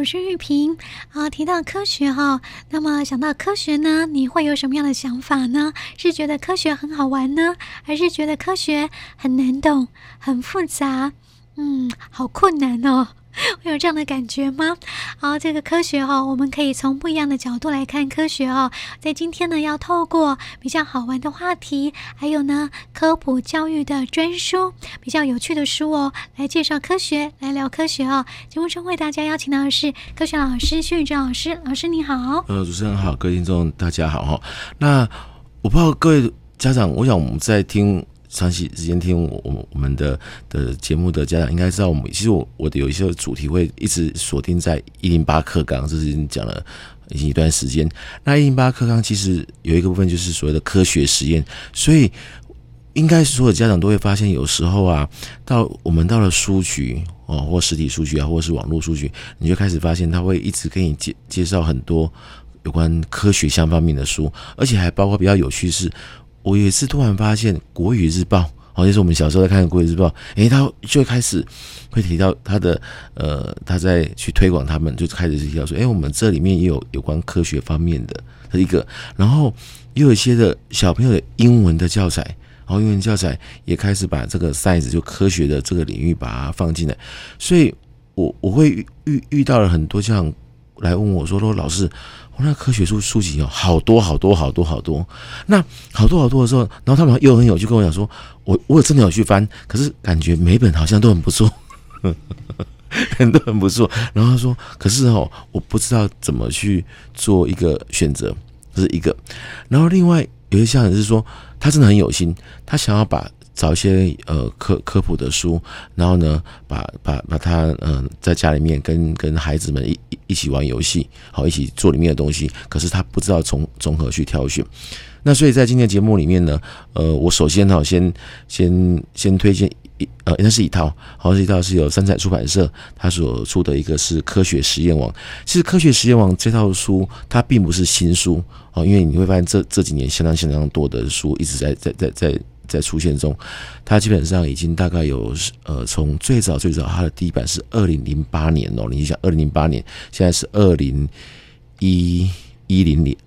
我是玉萍。提到科学那么想到科学呢，你会有什么样的想法呢？是觉得科学很好玩呢，还是觉得科学很难懂、很复杂？好困难哦。会有这样的感觉吗？这个科学我们可以从不一样的角度来看科学在今天呢，要透过比较好玩的话题，还有呢科普教育的专书，比较有趣的书来介绍科学，来聊科学节目中为大家邀请到的是科学老师薛宇哲老师，老师你好。 主持人好，各位听众大家好那我不知道各位家长，我想我们在长期时间听我们的节目的家长应该知道，其实我的有一些主题会一直锁定在108课纲，这是已经讲了已经一段时间。那108课纲其实有一个部分就是所谓的科学实验，所以应该所有家长都会发现，有时候我们到了书局或实体书局或是网络书局，你就开始发现他会一直跟你介绍很多有关科学相方面的书，而且还包括比较有趣是，我有一次突然发现国语日报，就是我们小时候在看的国语日报，他就开始会提到他的他在去推广他们，就开始提到说，我们这里面也有关科学方面的一个，然后也有一些的小朋友的英文的教材，然后英文教材也开始把这个 science 就科学的这个领域把它放进来，所以我会遇到了很多家长来问我说老师，那科学书籍好多，那好多的时候，然后他们又很有趣跟我讲说，我有真的有去翻，可是感觉每一本好像都很不错都很不错，然后他说可是我不知道怎么去做一个选择，这是一个。然后另外有些家长是说他真的很有心，他想要找一些科普的书，然后呢把它在家里面跟孩子们一起玩游戏，一起做里面的东西，可是他不知道从何去挑选。那所以在今天的节目里面呢，我首先先推荐那是一套，好像是一套是由三彩出版社他所出的一个是科学实验网。其实科学实验网这套书它并不是新书因为你会发现这几年相当多的书一直在出现中，它基本上已经大概有从最早它的第一版是2008年你想2008年，现在是2021年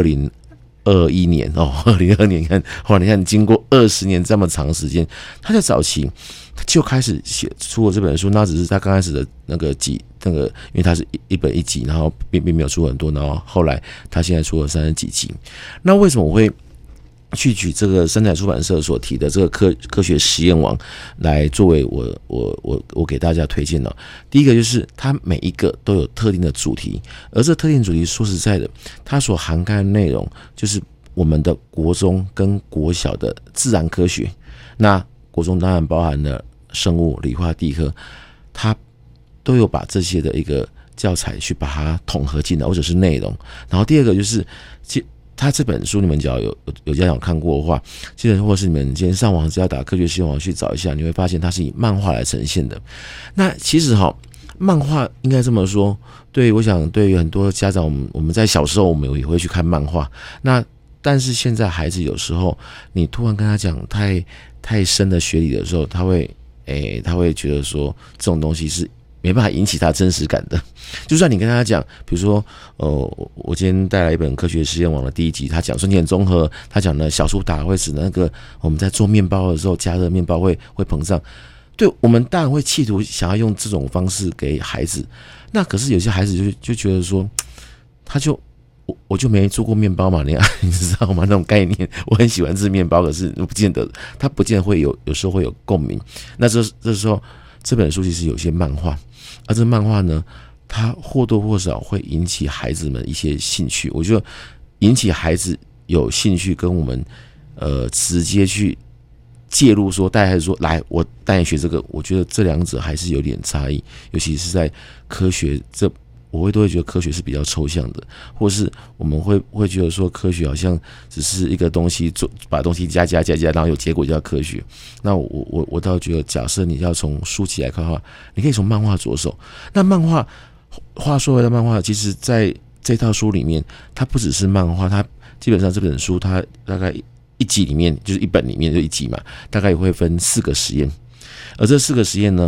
2021年2022年，你看经过20年这么长时间，他在早期就开始写出了这本书，那只是他刚开始的那个因为它是一本一集，然后并没有出很多，然后后来他现在出了30几集。那为什么我会去举这个三彩出版社所提的这个科学实验网来作为我给大家推荐的？第一个就是它每一个都有特定的主题，而这特定主题说实在的，它所涵盖的内容就是我们的国中跟国小的自然科学。那国中当然包含了生物、理化、地科，它都有把这些的一个教材去把它统合进来，或者是内容。然后第二个就是他这本书你们只要有家长看过的话，基本上或是你们今天上网只要打科学实验网去找一下，你会发现它是以漫画来呈现的。那其实漫画应该这么说，我想对于很多家长，我们在小时候我们也会去看漫画，但是现在孩子有时候你突然跟他讲太深的学理的时候，他会觉得说这种东西是没办法引起他真实感的。就算你跟他讲，比如说我今天带来一本科学实验网的第一集，他讲酸碱中和，他讲的小苏打会使那个我们在做面包的时候加热面包会膨胀。对，我们当然会企图想要用这种方式给孩子，那可是有些孩子就觉得说，我就没做过面包嘛，你知道吗？那种概念，我很喜欢吃面包，可是他不见得会有时候会有共鸣。那这时候这本书其实有些漫画，而这漫画呢，它或多或少会引起孩子们一些兴趣。我觉得引起孩子有兴趣，跟我们直接去介入说带孩子说来，我带你学这个，我觉得这两者还是有点差异，尤其是在科学我都会觉得科学是比较抽象的，或是我们会觉得说科学好像只是一个东西把东西加，然后有结果叫科学。那我倒觉得，假设你要从书籍来看的话，你可以从漫画着手。那话说回来，漫画其实在这套书里面，它不只是漫画，它基本上这本书它大概一集里面就是一本里面就一集嘛，大概也会分4个实验。而这4个实验呢，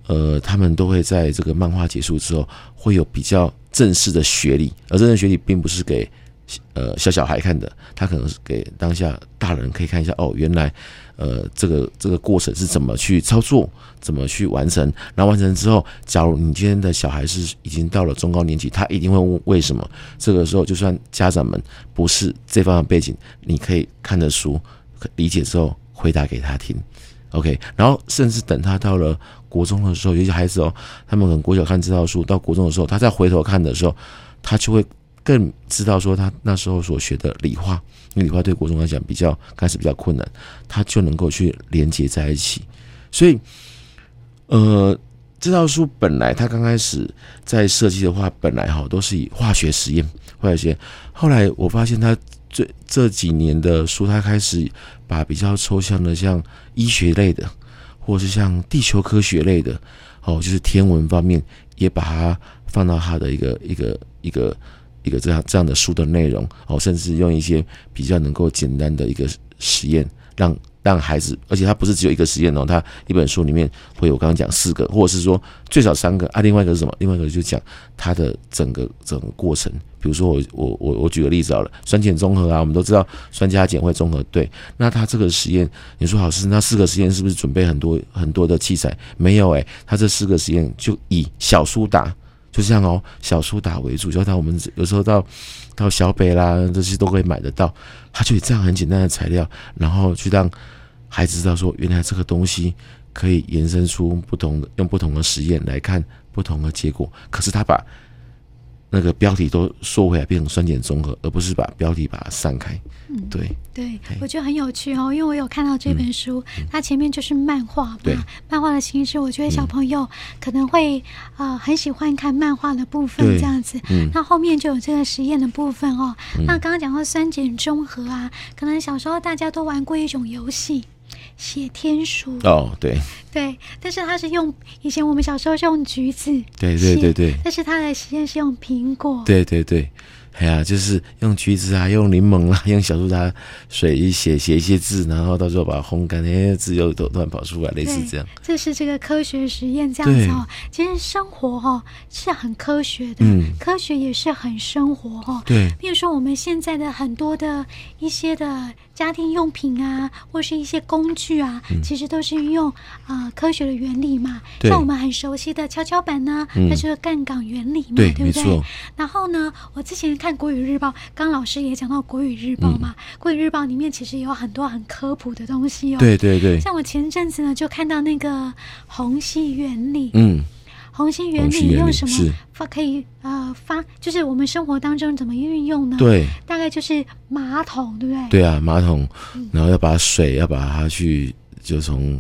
他们都会在这个漫画结束之后会有比较正式的学理，而这个学理并不是给小孩看的，他可能是给当下大人可以看一下，原来这个过程是怎么去操作，怎么去完成，然后完成之后，假如你今天的小孩是已经到了中高年级，他一定会问为什么。这个时候，就算家长们不是这方面背景，你可以看着书理解之后回答给他听。OK， 然后甚至等他到了国中的时候，有些孩子他们可能国小看这套书，到国中的时候，他再回头看的时候，他就会更知道说他那时候所学的理化，因为理化对国中来讲开始比较困难，他就能够去连接在一起。所以这套书本来他刚开始在设计的话，本来都是以化学实验，后来我发现他这几年的书，他开始把比较抽象的像医学类的，或是像地球科学类的就是天文方面，也把它放到他的一个这样的书的内容甚至用一些比较能够简单的一个实验，让孩子，而且它不是只有一个实验它一本书里面会有我刚刚讲4个，或者是说最少3个另外一个是什么？另外一个就讲它的整个过程。比如说我举个例子好了，酸碱中和我们都知道酸加碱会中和，对。那它这个实验，你说老师，那4个实验是不是准备很多的器材？没有它这4个实验就以小苏打。就这样小苏打为主，就像我们有时候到小北啦，这些都可以买得到。他就以这样很简单的材料，然后去让孩子知道说，原来这个东西可以延伸出用不同的实验来看不同的结果。可是他把那个标题都缩回来，变成酸碱中和，而不是把标题把它散开。对， 我觉得很有趣因为我有看到这本书，它前面就是漫画嘛，漫画的形式，我觉得小朋友可能会很喜欢看漫画的部分这样子。那后面就有这个实验的部分那刚刚讲到酸碱中和可能小时候大家都玩过一种游戏。写天书对， 但是它是以前我们小时候是用橘子， 对， 但是它的实验是用苹果， 对，就是用橘子用柠檬用小苏打水写一些字，然后到时候把它烘干，字又突然跑出来，类似这样。 这是这个科学实验这样子其实生活是很科学的，科学也是很生活对， 比如说我们现在的很多的一些的家庭用品或是一些工具其实都是运用科学的原理嘛。像我们很熟悉的跷跷板呢，它是杠杆原理嘛，对不对？然后呢，我之前看国语日报，刚老师也讲到国语日报嘛，国语日报里面其实有很多很科普的东西对。 像我前阵子呢就看到那个虹吸原理，虹吸原理用什么可以就是我们生活当中怎么运用呢？ 对， 大概就是马桶，对不对？ 对马桶，然后要把水要把它去就从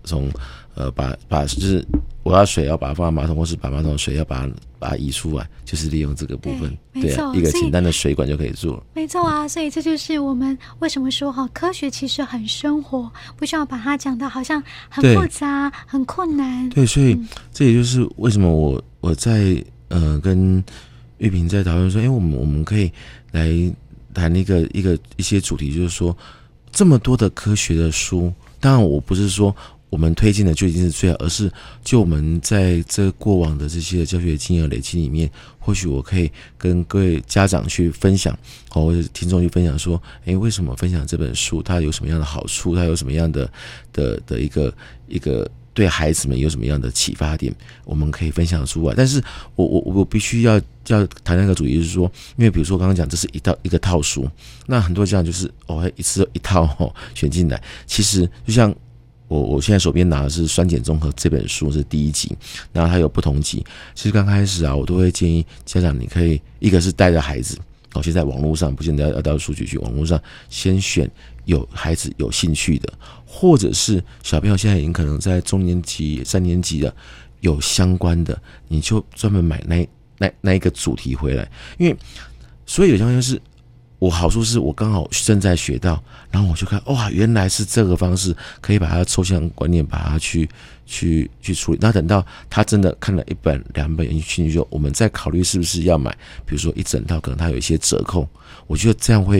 就是我要水要把它放在马桶，或是把马桶的水要把它移出来，就是利用这个部分。 对， 一个简单的水管就可以做了。 没错所以这就是我们为什么说科学其实很生活，不需要把它讲的好像很复杂、很困难。 对，所以这也就是为什么我在跟玉萍在讨论说，我们可以来谈一些主题，就是说这么多的科学的书，当然我不是说我们推荐的就一定是最好，而是就我们在这过往的这些教学经验累积里面，或许我可以跟各位家长去分享或者听众去分享说，为什么分享这本书，它有什么样的好处，它有什么样的一个对孩子们有什么样的启发点，我们可以分享出来。但是我必须要谈那个主题，就是说，因为比如说刚刚讲这是一个套书，那很多家长就是一次一套选进来，其实就像我现在手边拿的是《酸碱中和》这本书，是第1集，然后它有不同集。其实刚开始我都会建议家长，你可以一个是带着孩子，现在网络上不见得要到书局去，网络上先选有孩子有兴趣的，或者是小朋友现在已经可能在中年级、3年级的有相关的，你就专门买那一个主题回来，因为所以有相关就是我好处是我刚好正在学到，然后我就看原来是这个方式，可以把它抽象观念把它去处理。那等到他真的看了1本2本有兴趣，就我们再考虑是不是要买，比如说一整套，可能它有一些折扣，我觉得这样会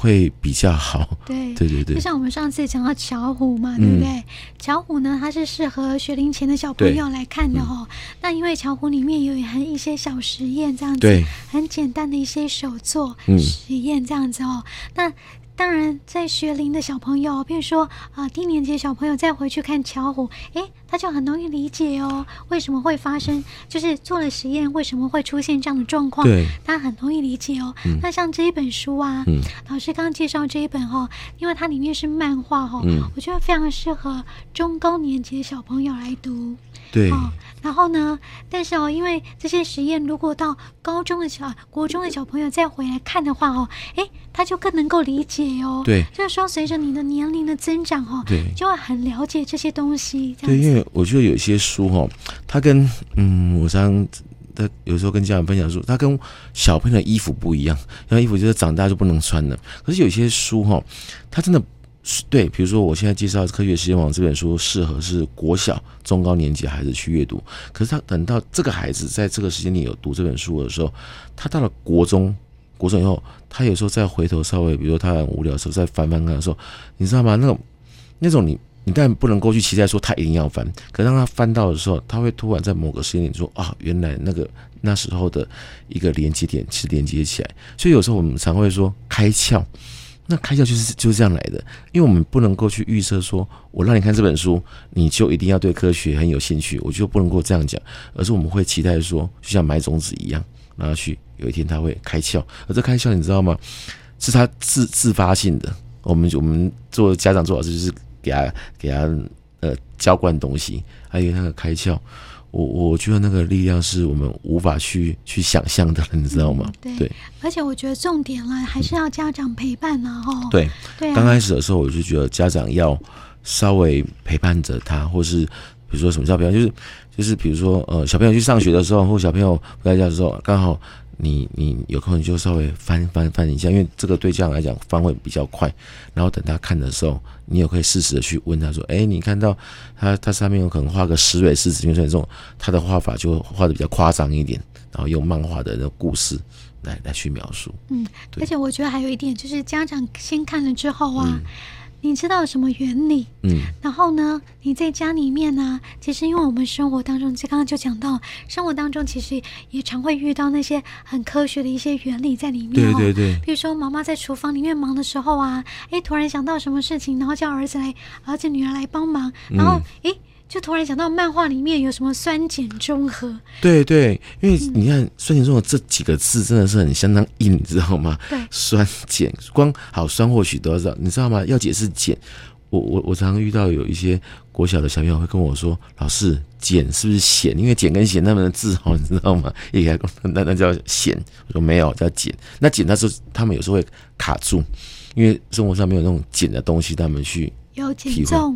会比较好。 对对对对， 就像我们上次讲到巧虎嘛，对不对？巧虎呢，它是适合学龄前的小朋友来看的哦。那因为巧虎里面有一些小实验，这样子，很简单的一些手作实验这样子哦。那当然，在学龄的小朋友，比如说低年级的小朋友再回去看巧虎，他就很容易理解哦，为什么会发生，就是做了实验，为什么会出现这样的状况，他很容易理解哦。那像这一本书啊，老师刚刚介绍这一本哦，因为它里面是漫画哦，我觉得非常适合中高年级的小朋友来读。 对， 然后呢，但是因为这些实验如果到国中的小朋友再回来看的话他就更能够理解哦。 对， 就是说随着你的年龄的增长对，就会很了解这些东西。 对，因为我觉得有些书它跟我常有时候跟家长分享说，它跟小朋友的衣服不一样，因为衣服就是长大就不能穿了。可是有些书它真的对，比如说我现在介绍《科学实验网》这本书，适合是国小、中高年级的孩子去阅读。可是他等到这个孩子在这个时间里有读这本书的时候，他到了国中以后，他有时候再回头稍微，比如说他很无聊的时候再翻看的时候，你知道吗？那种你当然不能够去期待说他一定要翻，可是当他翻到的时候，他会突然在某个时间点说原来那时候的一个连接点其实连接起来。所以有时候我们常会说开窍。那开窍就是这样来的，因为我们不能够去预设说，我让你看这本书，你就一定要对科学很有兴趣，我就不能够这样讲，而是我们会期待说，就像买种子一样，然后有一天它会开窍，而这开窍你知道吗？是它自发性的。我们做家长做老师就是给他浇灌东西，还有那个开窍。我觉得那个力量是我们无法去想象的，你知道吗？ 对，而且我觉得重点了还是要家长陪伴啊， 对，刚开始的时候我就觉得家长要稍微陪伴着他，或是比如说什么叫陪伴，就是比如说小朋友去上学的时候，或小朋友不在家的时候，刚好你有空你就稍微翻一下，因为这个对家长来讲翻会比较快，然后等他看的时候，你也可以适时的去问他说，你看到他上面有可能画个石蕊试纸，因为这种他的画法就画的比较夸张一点，然后用漫画的那个故事来去描述。 而且我觉得还有一点就是家长先看了之后啊，你知道什么原理，然后呢你在家里面啊，其实因为我们生活当中刚刚就讲到，生活当中其实也常会遇到那些很科学的一些原理在里面。对，比如说妈妈在厨房里面忙的时候啊，突然想到什么事情，然后叫儿子女儿来帮忙，然后就突然想到漫画里面有什么酸碱中和。对， 因为你看酸碱中和这几个字真的是很相当硬，你知道吗？ 对， 酸碱光好酸或许都要知道，你知道吗？要解释碱，我常常遇到有一些国小的小朋友会跟我说，老师碱是不是咸？因为碱跟咸他们的字你知道吗？一个那叫咸，我说没有，叫碱。那碱他们有时候会卡住，因为生活上没有那种碱的东西，他们去有减重。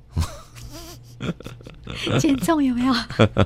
减重有没有？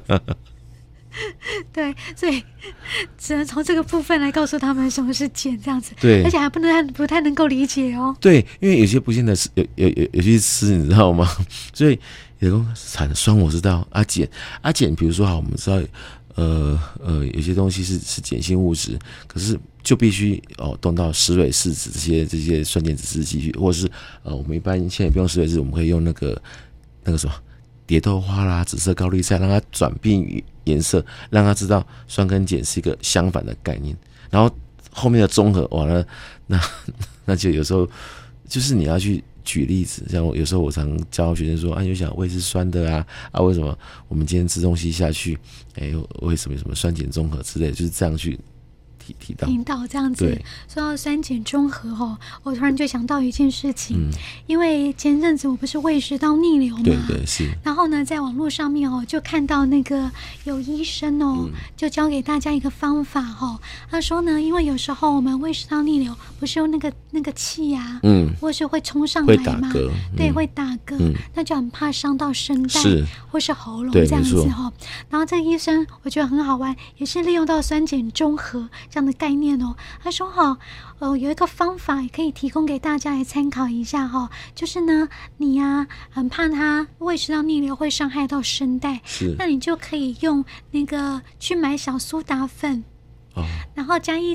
对，所以只能从这个部分来告诉他们什么是碱，这样子。 对， 而且还不太能够理解哦。 对，因为有些不见得是有些吃，你知道吗？所以有种产酸我知道，碱，比如说我们知道有些东西是碱性物质，可是就必须动到石蕊试纸这些酸碱指示剂去，或者是我们一般现在也不用石蕊试纸，我们可以用那个什么蝶豆花啦、紫色高丽菜，让它转变颜色，让它知道酸跟碱是一个相反的概念。然后后面的综合，那就有时候就是你要去举例子，像有时候我常教学生说，你就想胃是酸的为什么我们今天吃东西下去，为什么有什么酸碱中和之类的，就是这样去听到这样子。说到酸碱中和我突然就想到一件事情，因为前阵子我不是胃食道逆流嘛， 对是。 然后呢，在网络上面就看到那个有医生就教给大家一个方法他说呢，因为有时候我们胃食道逆流不是用那个气啊，或是会冲上来嘛，对，会打嗝，那就很怕伤到声带或是喉咙这样子然后这个医生我觉得很好玩，也是利用到酸碱中和这样的概念他说有一个方法也可以提供给大家来参考一下就是呢，你很怕它胃食道逆流会伤害到声带，那你就可以用那个去买小苏打粉，然后加一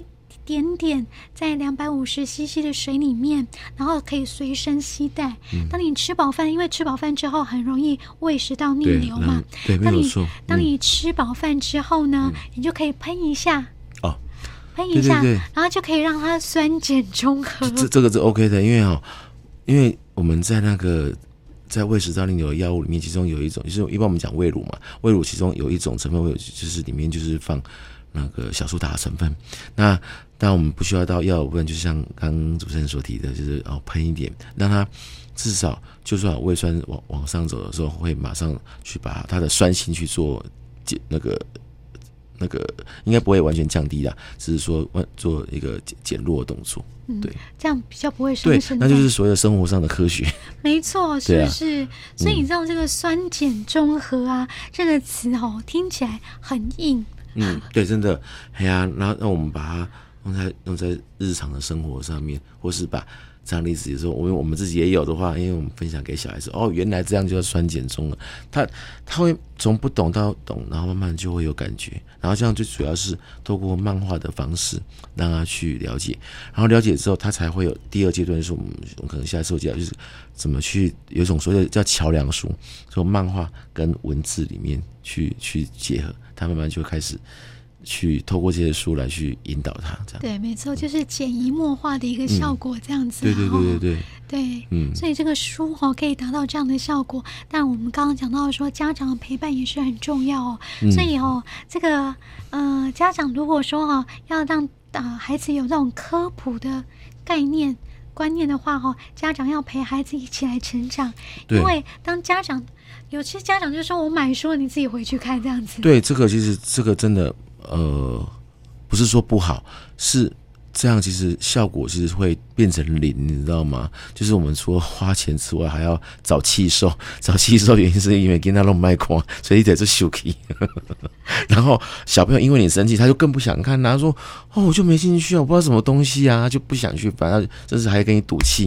点点在250cc 的水里面，然后可以随身携带。当你吃饱饭，因为吃饱饭之后很容易胃食道逆流嘛， 对，没有错。 当你吃饱饭之后呢，你就可以喷一下。喷一下， 对， 然后就可以让它酸碱中和。 这个是 OK 的，因为我们在那个在胃食道逆流的药物里面，其中有一种就是一般我们讲胃乳嘛，胃乳其中有一种成分会有，就是里面就是放那个小苏打的成分。那当然我们不需要到药物部分，就像刚刚主持人所提的，就是喷一点，让它至少就算胃酸往上走的时候，会马上去把它的酸性去做那个应该不会完全降低啦，只是说做一个减弱的动作。对， 这样比较不会伤身。 对，那就是所谓的生活上的科学。没错，是不是？所以你知道这个酸碱中和啊，这个词听起来很硬。 对，真的，然后让我们把它用在日常的生活上面，或是把这样例子，有时候我们自己也有的话，因为我们分享给小孩子，原来这样就叫酸碱中了。他会从不懂到懂，然后慢慢就会有感觉，然后这样最主要是透过漫画的方式让他去了解，然后了解之后，他才会有第二阶段，就是我们可能下次会讲，就是怎么去有一种所谓的叫桥梁书，从漫画跟文字里面去结合，他慢慢就会开始去透过这些书来去引导他，这样对，没错，就是潜移默化的一个效果，这样子。对，所以这个书可以达到这样的效果。但我们刚刚讲到说，家长的陪伴也是很重要哦。所以这个家长如果说要让孩子有这种科普的概念观念的话家长要陪孩子一起来成长，因为当家长有些家长就说我买书了，你自己回去看这样子。 对，这个其实这个真的不是说不好，是这样，其实效果其实会变成零，你知道吗？就是我们除了花钱之外，还要找气受，原因是因为跟他弄卖光，所以得是生气。然后小朋友因为你生气，他就更不想看，他说我就没兴趣啊，我不知道什么东西啊，就不想去，反正真是还跟你赌气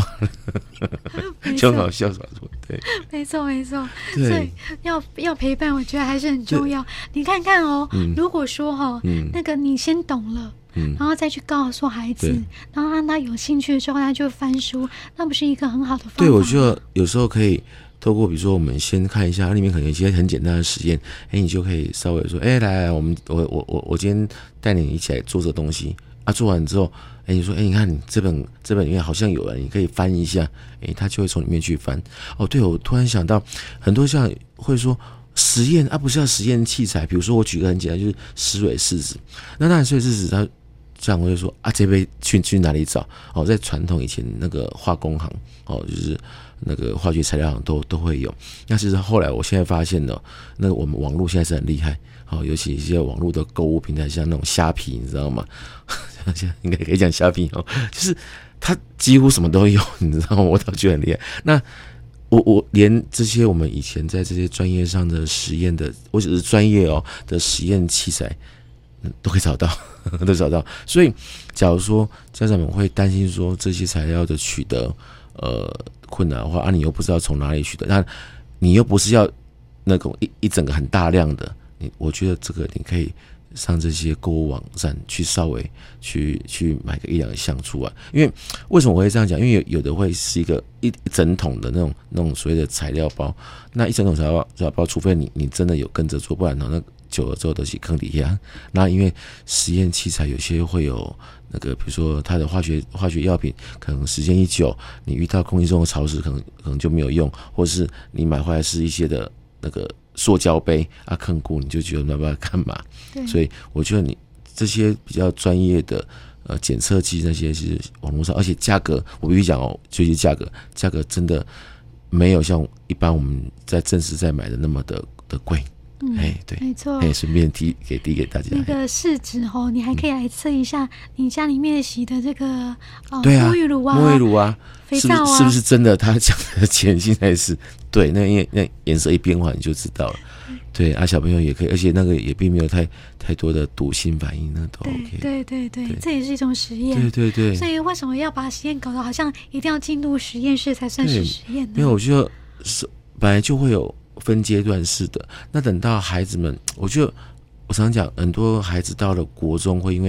就很好笑，对， 没错，所以要陪伴，我觉得还是很重要。你看看如果说那个你先懂了。然后再去告诉孩子，然后让他有兴趣的时候，他就翻书，那不是一个很好的方法？ 对，我觉得有时候可以透过，比如说我们先看一下，里面可能有一些很简单的实验，你就可以稍微说，来，我今天带你一起来做这东西啊，做完之后，你说，你看你这本里面好像有人，你可以翻一下，他就会从里面去翻。对，我突然想到，很多像会说。实验不是要实验器材，比如说我举个很简单，就是石蕊试纸。那当然，石蕊试纸它这样我就说这杯去哪里找？在传统以前那个化工行就是那个化学材料行都会有。那其实后来我现在发现呢，那个我们网络现在是很厉害，尤其一些网络的购物平台，像那种虾皮，你知道吗？现在应该可以讲虾皮就是它几乎什么都有，你知道吗？我倒觉得很厉害。那我连这些我们以前在这些专业上的实验的，或者是专业的实验器材，都可以找到，都找到。所以，假如说家长们会担心说这些材料的取得困难的话，你又不知道从哪里取得，那你又不是要那种一整个很大量的，我觉得这个你可以上这些购物网站去稍微去买个1-2项出来。因为为什么我会这样讲？因为有的会是一整桶的那种所谓的材料包，那一整桶材料包，除非你真的有跟着做，不然那久了之后都是坑底下。那因为实验器材有些会有那个，比如说它的化学药品，可能时间一久，你遇到空气中的潮湿，可能就没有用，或者是你买回来是一些的那个塑胶杯坑固，你就觉得那不知道干嘛。所以我觉得你这些比较专业的检测剂那些是网络上，而且价格我必须讲就是价格真的没有像一般我们在正式在买的那么的贵。对， 没错。 顺便递给大家那个试纸你还可以来测一下你家里面洗的这个沐浴乳啊， 肥皂是不是真的？他讲的碱性还是对？那颜色一变化你就知道了。对小朋友也可以，而且那个也并没有太多的毒性反应，那都 OK。 对，这也是一种实验。 对。所以为什么要把实验搞得好像一定要进入实验室才算是实验呢？ 没有，我觉得本来就会有分阶段式的。那等到孩子们，我觉得我常常讲，很多孩子到了国中会因为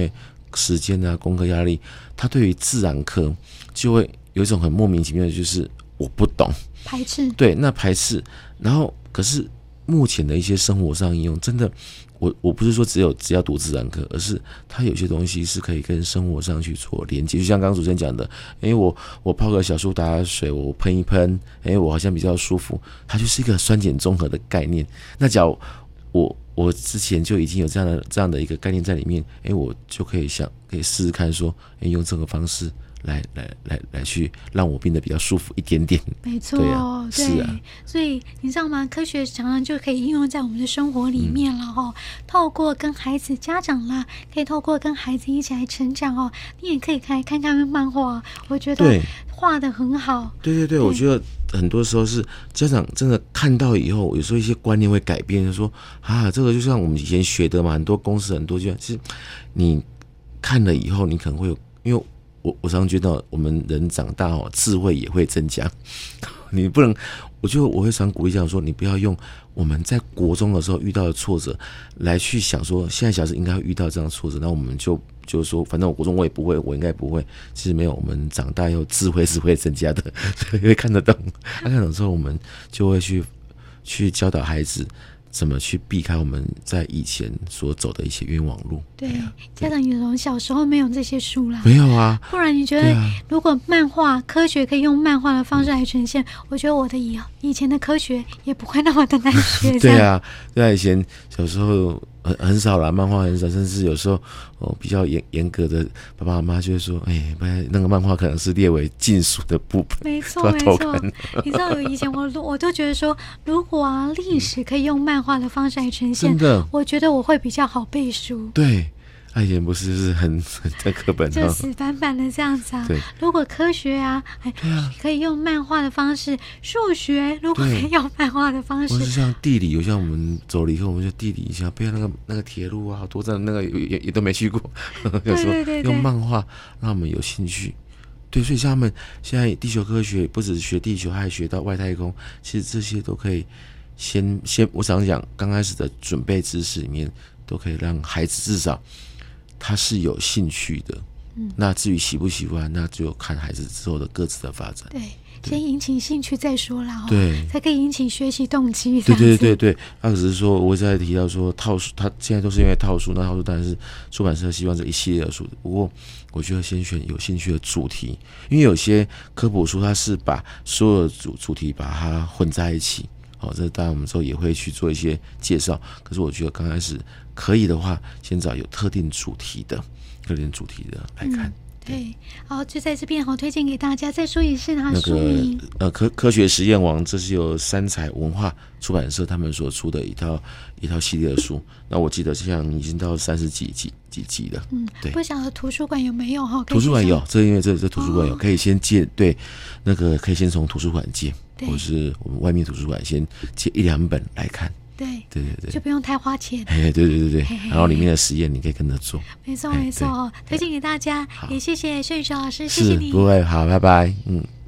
时间啊、功课压力，他对于自然科就会有一种很莫名其妙的，就是我不懂， 排斥。 对，那排斥。然后可是目前的一些生活上应用，真的，我不是说只要读自然科，而是它有些东西是可以跟生活上去做连接。就像刚刚主持人讲的，我泡个小苏打水，我喷一喷，我好像比较舒服，它就是一个酸碱中和的概念。那假如我之前就已经有这样的一个概念在里面，我就可以试试看说，用这个方式来去让我变得比较舒服一点点。 没错， 对，是啊。 所以你知道吗？科学常常就可以应用在我们的生活里面了哈。透过跟孩子、家长啦，可以透过跟孩子一起来成长哦。你也可以看看漫画，我觉得画得很好。 对，我觉得很多时候是家长真的看到以后，有时候一些观念会改变，就说这个就像我们以前学的嘛，很多公式很多，就是你看了以后，你可能会有，因为我常常觉得我们人长大智慧也会增加。你不能，我会常鼓励家长说，你不要用我们在国中的时候遇到的挫折来去想说，现在小孩子应该会遇到这样的挫折，那我们就说，反正我国中我也不会，我应该不会。其实没有，我们长大以后智慧是会增加的，所以会看得懂。看得懂之后，我们就会去教导孩子怎么去避开我们在以前所走的一些冤枉路。 对，家长有时候小时候没有这些书啦， 没有啊。 不然你觉得，如果漫画科学可以用漫画的方式来呈现，我觉得我的以前的科学也不会那么的难学。 对啊，以前小时候很少啦，漫画很少，甚至有时候比较严格的爸爸妈妈就会说，那个漫画可能是列为禁书的部分。 没错。你知道以前我都觉得说，如果历史可以用漫画的方式来呈现， 真的， 我觉得我会比较好背书。 对。以前不是就是很在课本就死板板的这样子啊。 对， 如果科学可以用漫画的方式，数学如果可以用漫画的方式， 或是像地理，有像我们走理科，我们就地理像背那个铁路啊，好多站那个也都没去过，有时候用漫画让我们有兴趣。对，所以像他们现在地球科学不只是学地球，还学到外太空，其实这些都可以先我常讲，刚开始的准备知识里面，都可以让孩子至少他是有兴趣的。那至于喜不喜欢，那就看孩子之后的各自的发展。 对，先引起兴趣再说啦。 对， 才可以引起学习动机。 对。他只是说，我在提到说套书，他现在都是因为套书，那套书当然是出版社希望这一系列的书。不过，我觉得先选有兴趣的主题，因为有些科普书它是把所有的主题把它混在一起。这当然我们之后也会去做一些介绍。可是我觉得刚开始可以的话，先找有特定主题的来看。 对，好，就在这边推荐给大家。再说一次它的书名， 科学实验王，这是由三彩文化出版社他们所出的一套系列的书。那我记得像已经到30几集了。对， 不晓得图书馆有没有图书馆有，因为这图书馆有，可以先借。对，那个可以先从图书馆借，或是我们外面图书馆先借1-2本来看。 对， 就不用太花钱。 对，然后里面的实验你可以跟着做。 没错，推荐给大家。也谢谢薛宇哲老师，谢谢你。 不会，好，拜拜。